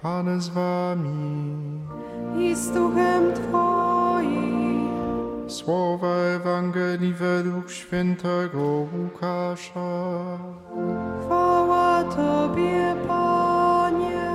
Pan z wami. I z duchem Twoim. Słowa Ewangelii według świętego Łukasza. Chwała Tobie, Panie.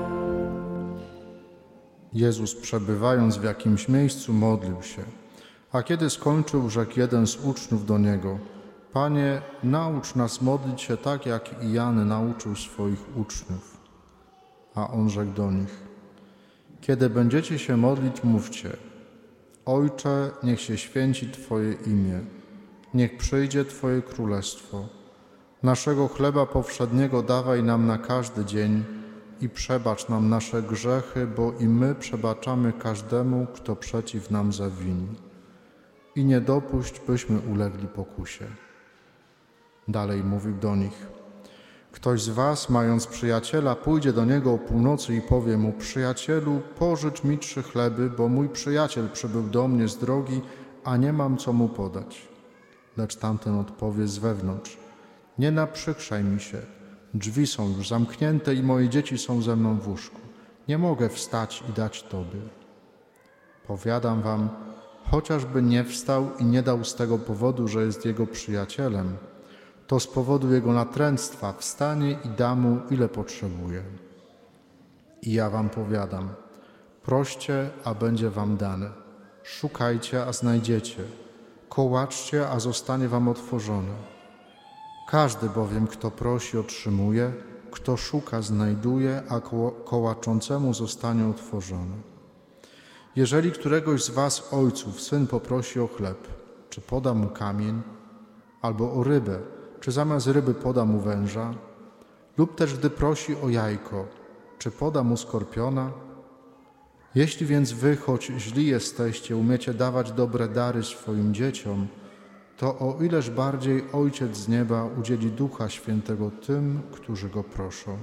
Jezus, przebywając w jakimś miejscu, modlił się. A kiedy skończył, rzekł jeden z uczniów do Niego: Panie, naucz nas modlić się tak, jak i Jan nauczył swoich uczniów. A On rzekł do nich: Kiedy będziecie się modlić, mówcie: Ojcze, niech się święci Twoje imię, niech przyjdzie Twoje królestwo. Naszego chleba powszedniego dawaj nam na każdy dzień i przebacz nam nasze grzechy, bo i my przebaczamy każdemu, kto przeciw nam zawini. I nie dopuść, byśmy ulegli pokusie. Dalej mówił do nich: Ktoś z was, mając przyjaciela, pójdzie do niego o północy i powie mu: Przyjacielu, pożycz mi 3 chleby, bo mój przyjaciel przybył do mnie z drogi, a nie mam co mu podać. Lecz tamten odpowie z wewnątrz: Nie naprzykrzaj mi się, drzwi są już zamknięte i moje dzieci są ze mną w łóżku. Nie mogę wstać i dać Tobie. Powiadam wam, chociażby nie wstał i nie dał z tego powodu, że jest jego przyjacielem, to z powodu jego natręctwa wstanie i da mu, ile potrzebuje. I ja wam powiadam, proście, a będzie wam dane. Szukajcie, a znajdziecie. Kołaczcie, a zostanie wam otworzone. Każdy bowiem, kto prosi, otrzymuje, kto szuka, znajduje, a kołaczącemu zostanie otworzone. Jeżeli któregoś z was, ojców, syn poprosi o chleb, czy poda mu kamień, albo o rybę, czy zamiast ryby poda mu węża, lub też gdy prosi o jajko, czy poda mu skorpiona? Jeśli więc wy, choć źli jesteście, umiecie dawać dobre dary swoim dzieciom, to o ileż bardziej Ojciec z nieba udzieli Ducha Świętego tym, którzy Go proszą.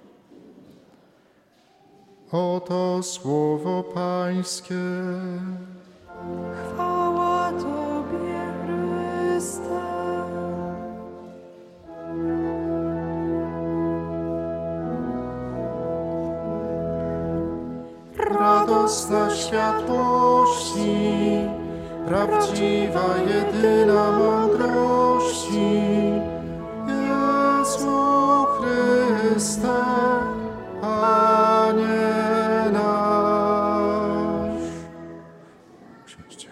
Oto słowo Pańskie. Chwała Tobie, Chryste. Radosna światłości, prawdziwa, jedyna mądrości, Jezu Chryste, Panie nasz. Usiądźcie.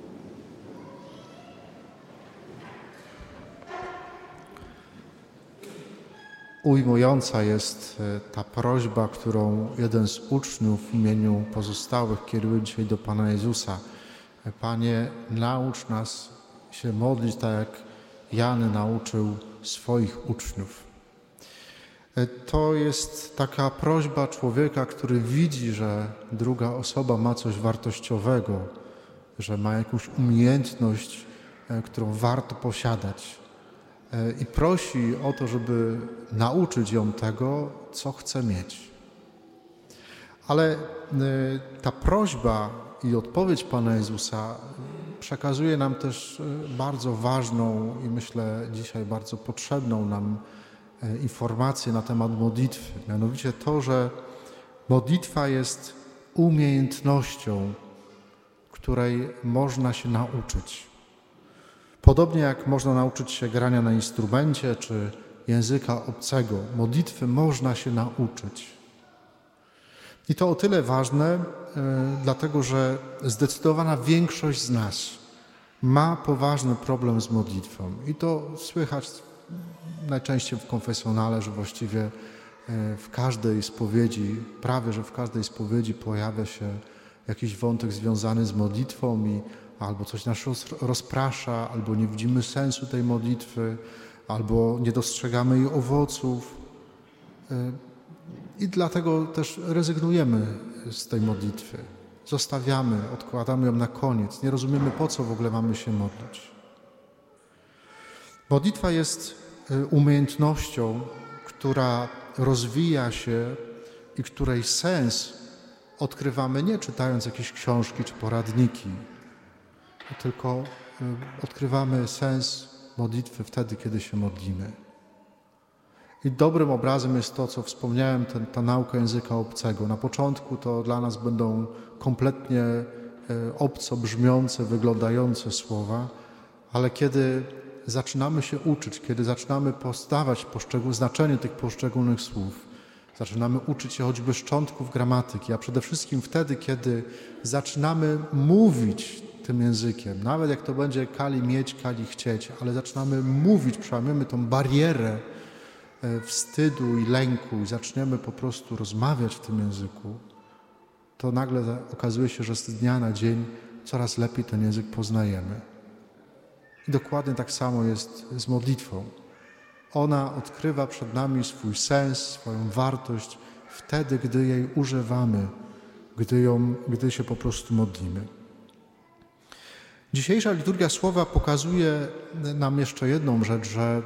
Ujmująca jest ta prośba, którą jeden z uczniów w imieniu pozostałych kieruje dzisiaj do Pana Jezusa. Panie, naucz nas się modlić tak, jak Jan nauczył swoich uczniów. To jest taka prośba człowieka, który widzi, że druga osoba ma coś wartościowego, że ma jakąś umiejętność, którą warto posiadać. I prosi o to, żeby nauczyć ją tego, co chce mieć. Ale ta prośba i odpowiedź Pana Jezusa przekazuje nam też bardzo ważną i myślę dzisiaj bardzo potrzebną nam informację na temat modlitwy. Mianowicie to, że modlitwa jest umiejętnością, której można się nauczyć. Podobnie jak można nauczyć się grania na instrumencie czy języka obcego, modlitwy można się nauczyć. I to o tyle ważne, dlatego że zdecydowana większość z nas ma poważny problem z modlitwą. I to słychać najczęściej w konfesjonale, że właściwie w każdej spowiedzi, prawie że w każdej spowiedzi pojawia się jakiś wątek związany z modlitwą i albo coś nas rozprasza, albo nie widzimy sensu tej modlitwy, albo nie dostrzegamy jej owoców. I dlatego też rezygnujemy z tej modlitwy. Zostawiamy, odkładamy ją na koniec. Nie rozumiemy, po co w ogóle mamy się modlić. Modlitwa jest umiejętnością, która rozwija się i której sens odkrywamy nie czytając jakieś książki czy poradniki, tylko odkrywamy sens modlitwy wtedy, kiedy się modlimy. I dobrym obrazem jest to, co wspomniałem, ta nauka języka obcego. Na początku to dla nas będą kompletnie obco brzmiące, wyglądające słowa, ale kiedy zaczynamy się uczyć, kiedy zaczynamy poznawać znaczenie tych poszczególnych słów, zaczynamy uczyć się choćby szczątków gramatyki, a przede wszystkim wtedy, kiedy zaczynamy mówić tym językiem, nawet jak to będzie kali mieć, kali chcieć, ale zaczynamy mówić, przełamiemy tą barierę wstydu i lęku i zaczniemy po prostu rozmawiać w tym języku, to nagle okazuje się, że z dnia na dzień coraz lepiej ten język poznajemy. I dokładnie tak samo jest z modlitwą. Ona odkrywa przed nami swój sens, swoją wartość wtedy, gdy jej używamy, gdy się po prostu modlimy. Dzisiejsza liturgia słowa pokazuje nam jeszcze jedną rzecz, że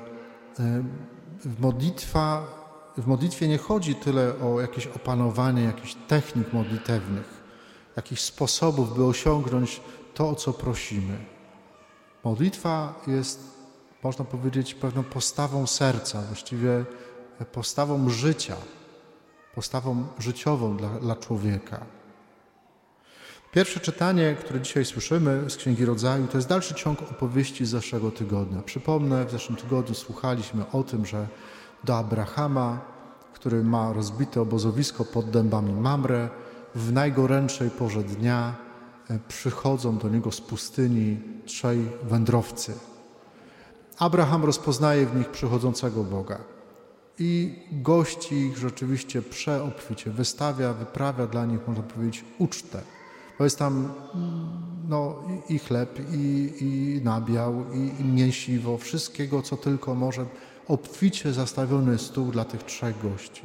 w modlitwie nie chodzi tyle o jakieś opanowanie jakichś technik modlitewnych, jakichś sposobów, by osiągnąć to, o co prosimy. Modlitwa jest, można powiedzieć, pewną postawą serca, właściwie postawą życia, postawą życiową dla człowieka. Pierwsze czytanie, które dzisiaj słyszymy z Księgi Rodzaju, to jest dalszy ciąg opowieści z zeszłego tygodnia. Przypomnę, w zeszłym tygodniu słuchaliśmy o tym, że do Abrahama, który ma rozbite obozowisko pod dębami Mamre, w najgorętszej porze dnia przychodzą do niego z pustyni 3 wędrowcy. Abraham rozpoznaje w nich przychodzącego Boga i gości ich rzeczywiście przeobficie, wyprawia dla nich, można powiedzieć, ucztę. Bo jest tam i chleb, i nabiał, i mięsiwo, wszystkiego, co tylko może, obficie zastawiony stół dla tych 3 gości.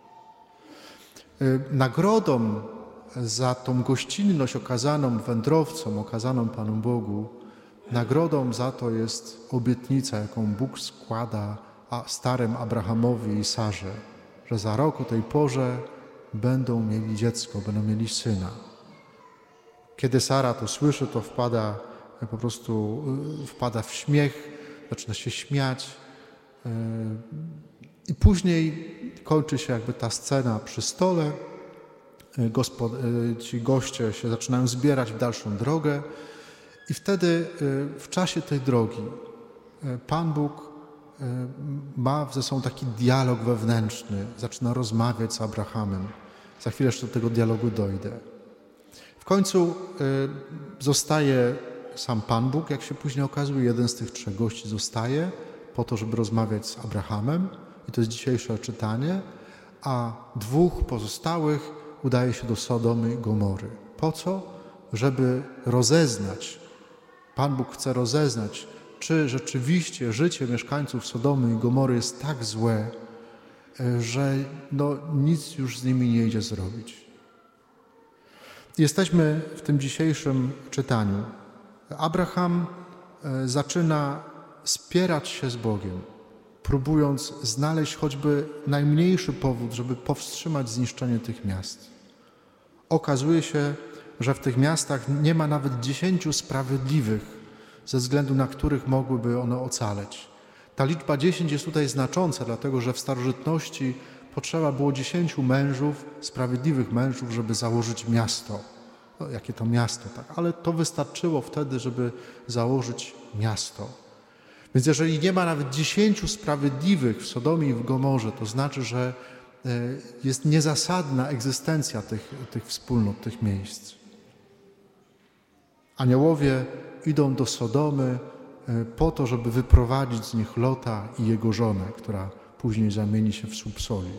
Nagrodą za tą gościnność okazaną wędrowcom, okazaną Panu Bogu, nagrodą za to jest obietnica, jaką Bóg składa starym Abrahamowi i Sarze, że za rok o tej porze będą mieli dziecko, będą mieli syna. Kiedy Sara to słyszy, to wpada w śmiech, zaczyna się śmiać i później kończy się jakby ta scena przy stole. Ci goście się zaczynają zbierać w dalszą drogę i wtedy w czasie tej drogi Pan Bóg ma ze sobą taki dialog wewnętrzny, zaczyna rozmawiać z Abrahamem. Za chwilę jeszcze do tego dialogu dojdę. W końcu zostaje sam Pan Bóg, jak się później okazuje, jeden z tych 3 gości zostaje po to, żeby rozmawiać z Abrahamem i to jest dzisiejsze czytanie, a 2 pozostałych udaje się do Sodomy i Gomory. Po co? Żeby rozeznać, Pan Bóg chce rozeznać, czy rzeczywiście życie mieszkańców Sodomy i Gomory jest tak złe, że nic już z nimi nie idzie zrobić. Jesteśmy w tym dzisiejszym czytaniu. Abraham zaczyna spierać się z Bogiem, próbując znaleźć choćby najmniejszy powód, żeby powstrzymać zniszczenie tych miast. Okazuje się, że w tych miastach nie ma nawet 10 sprawiedliwych, ze względu na których mogłyby one ocaleć. Ta liczba 10 jest tutaj znacząca, dlatego że w starożytności potrzeba było 10 mężów, sprawiedliwych mężów, żeby założyć miasto. Jakie to miasto, tak? Ale to wystarczyło wtedy, żeby założyć miasto. Więc jeżeli nie ma nawet 10 sprawiedliwych w Sodomie i w Gomorze, to znaczy, że jest niezasadna egzystencja tych wspólnot, tych miejsc. Aniołowie idą do Sodomy po to, żeby wyprowadzić z nich Lota i jego żonę, która później zamieni się w słup soli.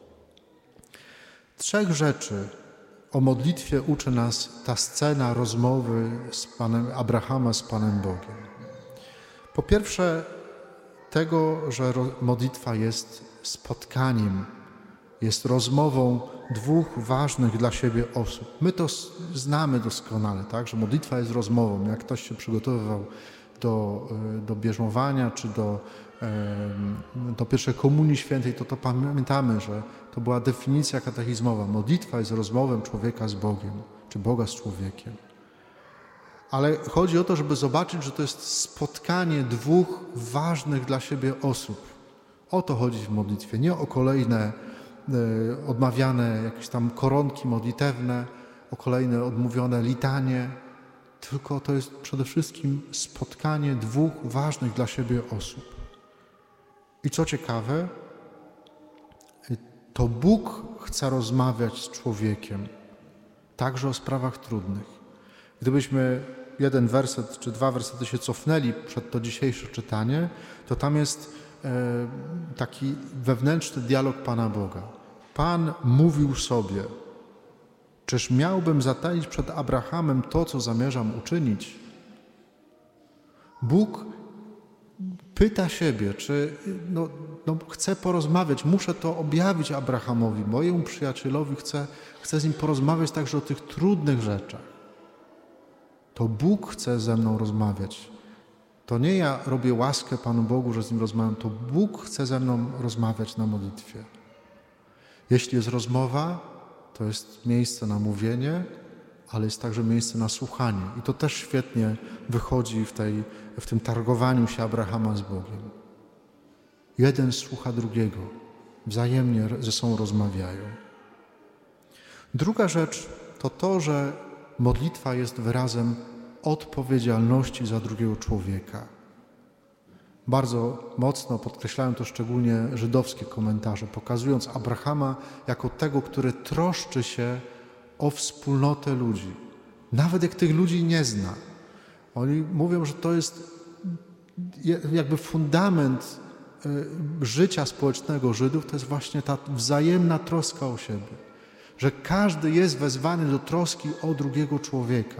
3 rzeczy o modlitwie uczy nas ta scena rozmowy Abrahama z Panem Bogiem. Po pierwsze tego, że modlitwa jest spotkaniem, jest rozmową 2 ważnych dla siebie osób. My to znamy doskonale, tak? Że modlitwa jest rozmową. Jak ktoś się przygotowywał do bierzmowania czy do pierwszej komunii świętej, to pamiętamy, że to była definicja katechizmowa. Modlitwa jest rozmową człowieka z Bogiem, czy Boga z człowiekiem. Ale chodzi o to, żeby zobaczyć, że to jest spotkanie 2 ważnych dla siebie osób. O to chodzi w modlitwie, nie o kolejne odmawiane jakieś tam koronki modlitewne, o kolejne odmówione litanie, tylko to jest przede wszystkim spotkanie dwóch ważnych dla siebie osób. I co ciekawe, to Bóg chce rozmawiać z człowiekiem, także o sprawach trudnych. Gdybyśmy jeden werset czy dwa wersety się cofnęli przed to dzisiejsze czytanie, to tam jest taki wewnętrzny dialog Pana Boga. Pan mówił sobie: czyż miałbym zataić przed Abrahamem to, co zamierzam uczynić? Bóg pyta siebie, czy chcę porozmawiać, muszę to objawić Abrahamowi, mojemu przyjacielowi, chcę z nim porozmawiać także o tych trudnych rzeczach. To Bóg chce ze mną rozmawiać. To nie ja robię łaskę Panu Bogu, że z nim rozmawiam, to Bóg chce ze mną rozmawiać na modlitwie. Jeśli jest rozmowa, to jest miejsce na mówienie, ale jest także miejsce na słuchanie. I to też świetnie wychodzi w tym targowaniu się Abrahama z Bogiem. Jeden słucha drugiego, wzajemnie ze sobą rozmawiają. Druga rzecz to to, że modlitwa jest wyrazem odpowiedzialności za drugiego człowieka. Bardzo mocno podkreślają to szczególnie żydowskie komentarze, pokazując Abrahama jako tego, który troszczy się o wspólnotę ludzi. Nawet jak tych ludzi nie zna. Oni mówią, że to jest jakby fundament życia społecznego Żydów, to jest właśnie ta wzajemna troska o siebie. Że każdy jest wezwany do troski o drugiego człowieka.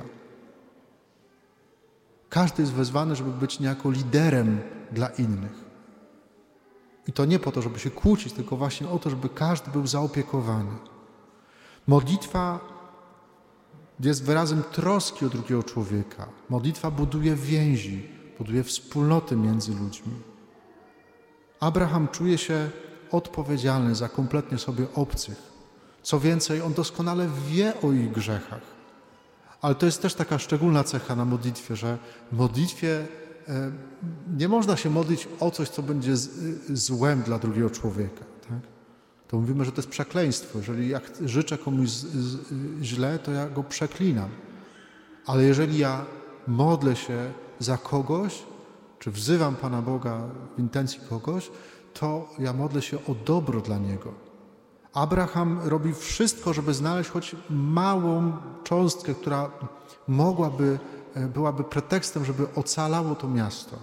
Każdy jest wezwany, żeby być niejako liderem dla innych. I to nie po to, żeby się kłócić, tylko właśnie o to, żeby każdy był zaopiekowany. Modlitwa jest wyrazem troski o drugiego człowieka. Modlitwa buduje więzi, buduje wspólnoty między ludźmi. Abraham czuje się odpowiedzialny za kompletnie sobie obcych. Co więcej, on doskonale wie o ich grzechach. Ale to jest też taka szczególna cecha na modlitwie, że w modlitwie nie można się modlić o coś, co będzie złem dla drugiego człowieka. Tak? To mówimy, że to jest przekleństwo. Jeżeli jak życzę komuś źle, to ja go przeklinam. Ale jeżeli ja modlę się za kogoś, czy wzywam Pana Boga w intencji kogoś, to ja modlę się o dobro dla niego. Abraham robi wszystko, żeby znaleźć choć małą cząstkę, która byłaby pretekstem, żeby ocalało to miasto.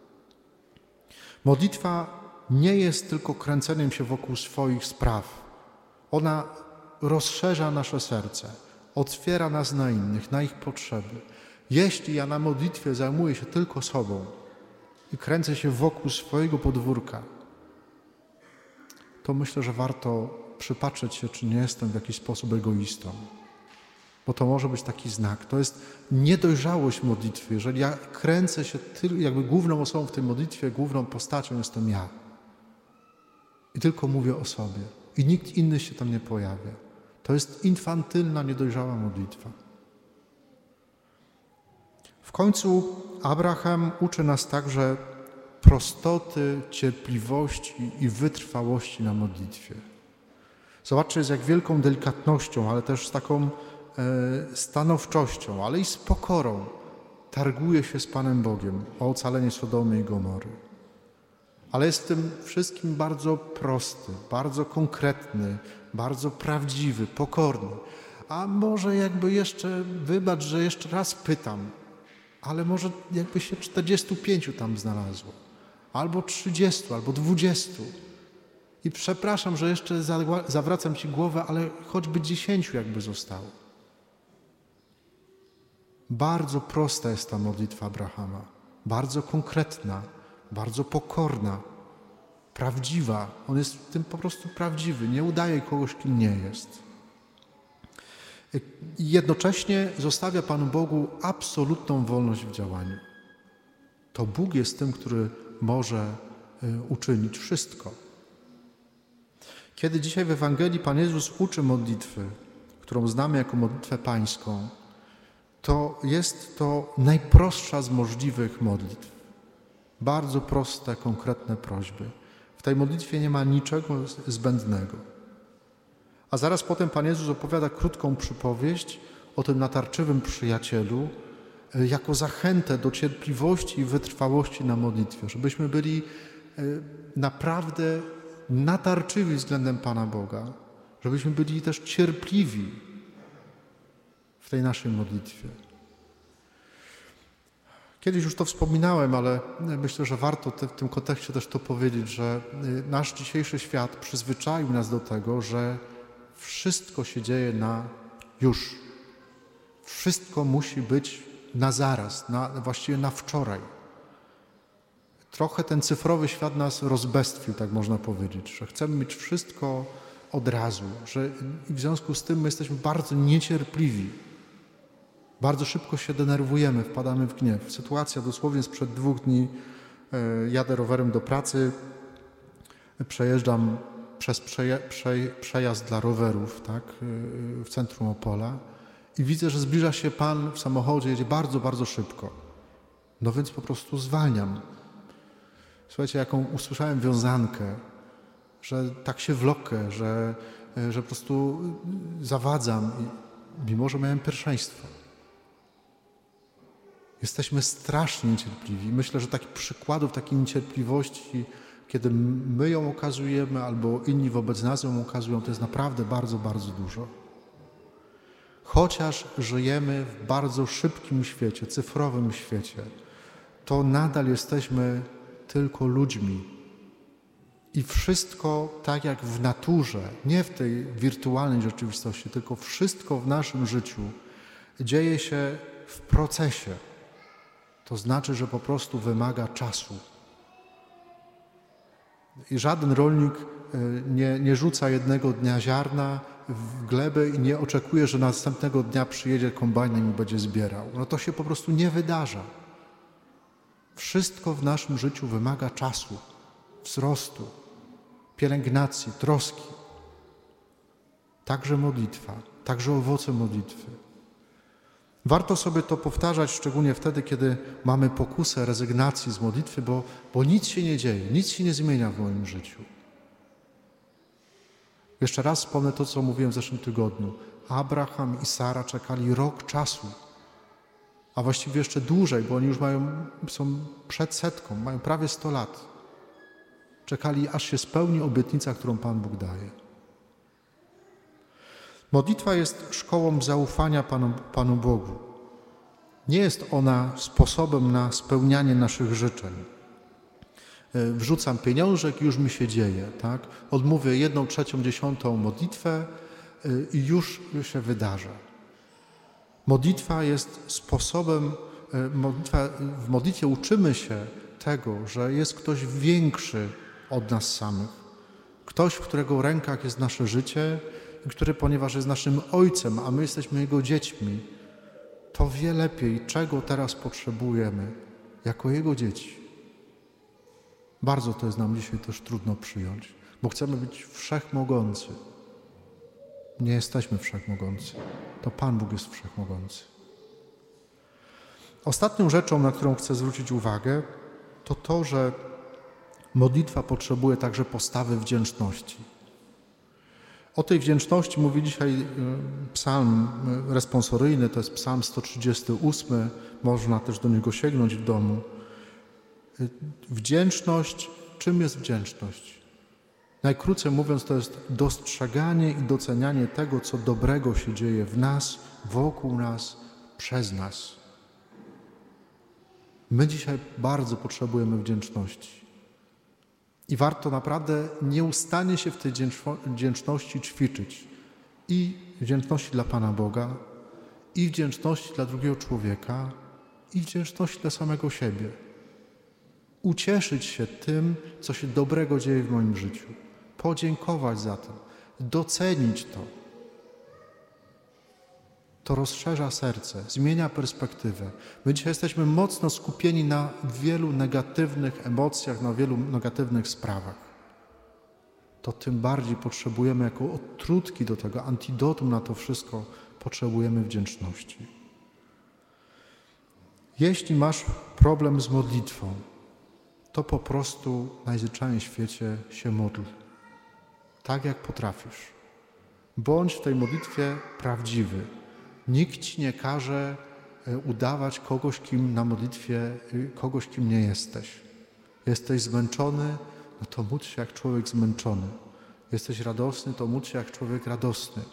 Modlitwa nie jest tylko kręceniem się wokół swoich spraw. Ona rozszerza nasze serce, otwiera nas na innych, na ich potrzeby. Jeśli ja na modlitwie zajmuję się tylko sobą i kręcę się wokół swojego podwórka, to myślę, że warto przypatrzeć się, czy nie jestem w jakiś sposób egoistą. Bo to może być taki znak. To jest niedojrzałość modlitwy. Jeżeli ja kręcę się, jakby główną osobą w tej modlitwie, główną postacią jestem ja. I tylko mówię o sobie. I nikt inny się tam nie pojawia. To jest infantylna, niedojrzała modlitwa. W końcu Abraham uczy nas także prostoty, cierpliwości i wytrwałości na modlitwie. Zobaczcie, z jak wielką delikatnością, ale też z taką stanowczością, ale i z pokorą targuje się z Panem Bogiem o ocalenie Sodomy i Gomory. Ale jest w tym wszystkim bardzo prosty, bardzo konkretny, bardzo prawdziwy, pokorny. A może jakby jeszcze, wybacz, że jeszcze raz pytam, ale może jakby się 45 tam znalazło, albo 30, albo 20. I przepraszam, że jeszcze zawracam Ci głowę, ale choćby 10 jakby zostało. Bardzo prosta jest ta modlitwa Abrahama. Bardzo konkretna, bardzo pokorna, prawdziwa. On jest w tym po prostu prawdziwy, nie udaje kogoś, kim nie jest. I jednocześnie zostawia Panu Bogu absolutną wolność w działaniu. To Bóg jest tym, który może uczynić wszystko. Kiedy dzisiaj w Ewangelii Pan Jezus uczy modlitwy, którą znamy jako modlitwę pańską, to jest to najprostsza z możliwych modlitw. Bardzo proste, konkretne prośby. W tej modlitwie nie ma niczego zbędnego. A zaraz potem Pan Jezus opowiada krótką przypowieść o tym natarczywym przyjacielu jako zachętę do cierpliwości i wytrwałości na modlitwie, żebyśmy byli naprawdę natarczywi względem Pana Boga, żebyśmy byli też cierpliwi w tej naszej modlitwie. Kiedyś już to wspominałem, ale myślę, że warto w tym kontekście też to powiedzieć, że nasz dzisiejszy świat przyzwyczaił nas do tego, że wszystko się dzieje na już. Wszystko musi być na zaraz, właściwie na wczoraj. Trochę ten cyfrowy świat nas rozbestwił, tak można powiedzieć, że chcemy mieć wszystko od razu, że w związku z tym my jesteśmy bardzo niecierpliwi. Bardzo szybko się denerwujemy, wpadamy w gniew. Sytuacja dosłownie sprzed 2 dni. Jadę rowerem do pracy, przejeżdżam przez przejazd dla rowerów, tak, w centrum Opola i widzę, że zbliża się pan w samochodzie, jedzie bardzo, bardzo szybko. No więc po prostu zwalniam. Słuchajcie, jaką usłyszałem wiązankę, że tak się wlokę, że po prostu zawadzam, mimo że miałem pierwszeństwo. Jesteśmy strasznie niecierpliwi. Myślę, że takich przykładów takiej niecierpliwości, kiedy my ją okazujemy albo inni wobec nas ją okazują, to jest naprawdę bardzo, bardzo dużo. Chociaż żyjemy w bardzo szybkim świecie, cyfrowym świecie, to nadal jesteśmy tylko ludźmi. I wszystko tak jak w naturze, nie w tej wirtualnej rzeczywistości, tylko wszystko w naszym życiu dzieje się w procesie. To znaczy, że po prostu wymaga czasu. I żaden rolnik nie rzuca jednego dnia ziarna w glebę i nie oczekuje, że następnego dnia przyjedzie kombajnem i będzie zbierał. No to się po prostu nie wydarza. Wszystko w naszym życiu wymaga czasu, wzrostu, pielęgnacji, troski. Także modlitwa, także owoce modlitwy. Warto sobie to powtarzać, szczególnie wtedy, kiedy mamy pokusę rezygnacji z modlitwy, bo nic się nie dzieje, nic się nie zmienia w moim życiu. Jeszcze raz wspomnę to, co mówiłem w zeszłym tygodniu. Abraham i Sara czekali rok czasu, a właściwie jeszcze dłużej, bo oni już są przed 100, mają prawie 100 lat. Czekali, aż się spełni obietnica, którą Pan Bóg daje. Modlitwa jest szkołą zaufania Panu Bogu. Nie jest ona sposobem na spełnianie naszych życzeń. Wrzucam pieniążek i już mi się dzieje, tak? Odmówię 1/3 modlitwę i już się wydarza. Modlitwa jest sposobem, w modlitwie uczymy się tego, że jest ktoś większy od nas samych. Ktoś, w którego rękach jest nasze życie, który, ponieważ jest naszym Ojcem, a my jesteśmy Jego dziećmi, to wie lepiej, czego teraz potrzebujemy jako Jego dzieci. Bardzo to jest nam dzisiaj też trudno przyjąć, bo chcemy być wszechmogący. Nie jesteśmy wszechmogący. To Pan Bóg jest wszechmogący. Ostatnią rzeczą, na którą chcę zwrócić uwagę, to to, że modlitwa potrzebuje także postawy wdzięczności. O tej wdzięczności mówi dzisiaj psalm responsoryjny, to jest psalm 138, można też do niego sięgnąć w domu. Wdzięczność, czym jest wdzięczność? Najkrócej mówiąc, to jest dostrzeganie i docenianie tego, co dobrego się dzieje w nas, wokół nas, przez nas. My dzisiaj bardzo potrzebujemy wdzięczności. I warto naprawdę nieustannie się w tej wdzięczności ćwiczyć. I wdzięczności dla Pana Boga, i wdzięczności dla drugiego człowieka, i wdzięczności dla samego siebie. Ucieszyć się tym, co się dobrego dzieje w moim życiu. Podziękować za to. Docenić to. To rozszerza serce, zmienia perspektywę. My dzisiaj jesteśmy mocno skupieni na wielu negatywnych emocjach, na wielu negatywnych sprawach. To tym bardziej potrzebujemy jako odtrutki do tego, antidotum na to wszystko, potrzebujemy to po prostu najzwyczajniej w świecie się módl. Tak jak potrafisz. Bądź w tej modlitwie prawdziwy. Nikt ci nie każe udawać kogoś, kim na modlitwie, kogoś, kim nie jesteś. Jesteś zmęczony, no to módl się jak człowiek zmęczony. Jesteś radosny, to módl się jak człowiek radosny.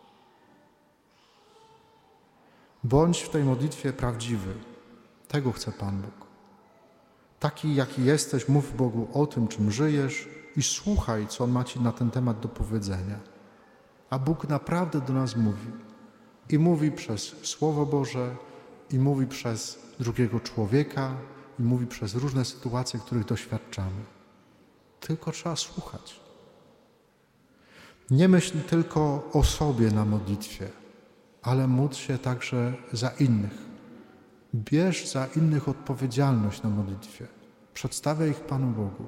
Bądź w tej modlitwie prawdziwy. Tego chce Pan Bóg. Taki, jaki jesteś, mów Bogu o tym, czym żyjesz i słuchaj, co On ma ci na ten temat do powiedzenia. A Bóg naprawdę do nas mówi. I mówi przez Słowo Boże, i mówi przez drugiego człowieka, i mówi przez różne sytuacje, których doświadczamy. Tylko trzeba słuchać. Nie myśl tylko o sobie na modlitwie, ale módl się także za innych. Bierz za innych odpowiedzialność na modlitwie. Przedstawiaj ich Panu Bogu.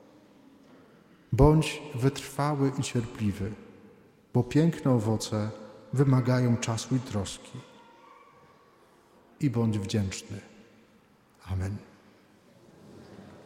Bądź wytrwały i cierpliwy, bo piękne owoce wymagają czasu i troski. I bądź wdzięczny.